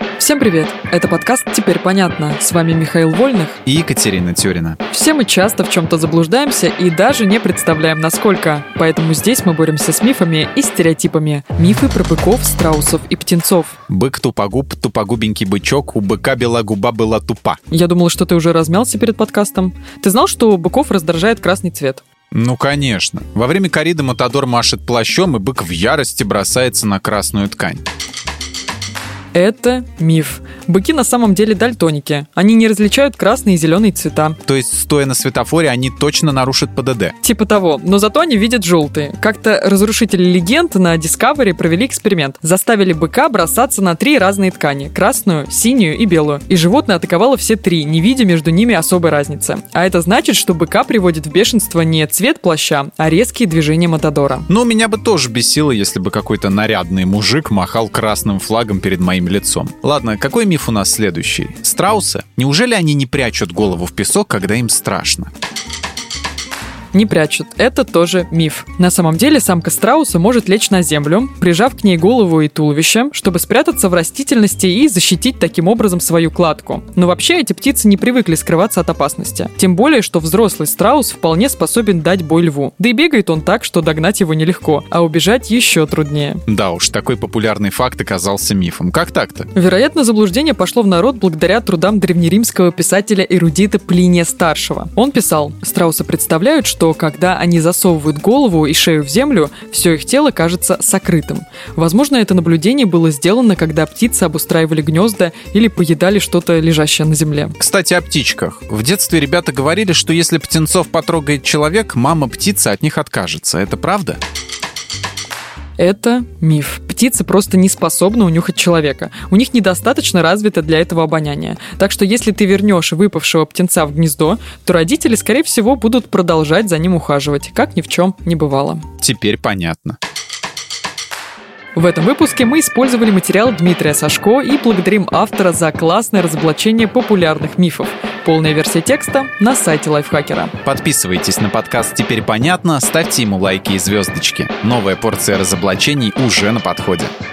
Всем привет! Это подкаст «Теперь понятно». С вами Михаил Вольных и Екатерина Тюрина. Все мы часто в чем-то заблуждаемся и даже не представляем, насколько. Поэтому здесь мы боремся с мифами и стереотипами. Мифы про быков, страусов и птенцов. Бык тупогуб, тупогубенький бычок, у быка бела губа была тупа. Я думала, что ты уже размялся перед подкастом. Ты знал, что у быков раздражает красный цвет? Ну, конечно. Во время корриды Матадор машет плащом, и бык в ярости бросается на красную ткань. Это миф. Быки на самом деле дальтоники. Они не различают красные и зеленые цвета. То есть, стоя на светофоре, они точно нарушат ПДД? Типа того, но зато они видят желтые. Как-то разрушители легенд на Discovery провели эксперимент. Заставили быка бросаться на 3 разные ткани. Красную, синюю и белую. И животное атаковало все 3, не видя между ними особой разницы. А это значит, что быка приводит в бешенство не цвет плаща, а резкие движения Матадора. Ну, меня бы тоже бесило, если бы какой-то нарядный мужик махал красным флагом перед моим лицом. Ладно, какой миф у нас следующий? Страусы? Неужели они не прячут голову в песок, когда им страшно? Не прячут. Это тоже миф. На самом деле самка страуса может лечь на землю, прижав к ней голову и туловище, чтобы спрятаться в растительности и защитить таким образом свою кладку. Но вообще эти птицы не привыкли скрываться от опасности. Тем более, что взрослый страус вполне способен дать бой льву. Да и бегает он так, что догнать его нелегко, а убежать еще труднее. Да уж, такой популярный факт оказался мифом. Как так-то? Вероятно, заблуждение пошло в народ благодаря трудам древнеримского писателя-эрудита Плиния-старшего. Он писал: страусы представляют, что когда они засовывают голову и шею в землю, все их тело кажется сокрытым. Возможно, это наблюдение было сделано, когда птицы обустраивали гнезда или поедали что-то, лежащее на земле. Кстати, о птичках. В детстве ребята говорили, что если птенцов потрогает человек, мама-птица от них откажется. Это правда? Это миф. Птицы просто не способны унюхать человека. У них недостаточно развито для этого обоняние. Так что если ты вернешь выпавшего птенца в гнездо, то родители, скорее всего, будут продолжать за ним ухаживать, как ни в чем не бывало. Теперь понятно. В этом выпуске мы использовали материал Дмитрия Сашко и благодарим автора за классное разоблачение популярных мифов. Полная версия текста на сайте Лайфхакера. Подписывайтесь на подкаст «Теперь понятно», ставьте ему лайки и звездочки. Новая порция разоблачений уже на подходе.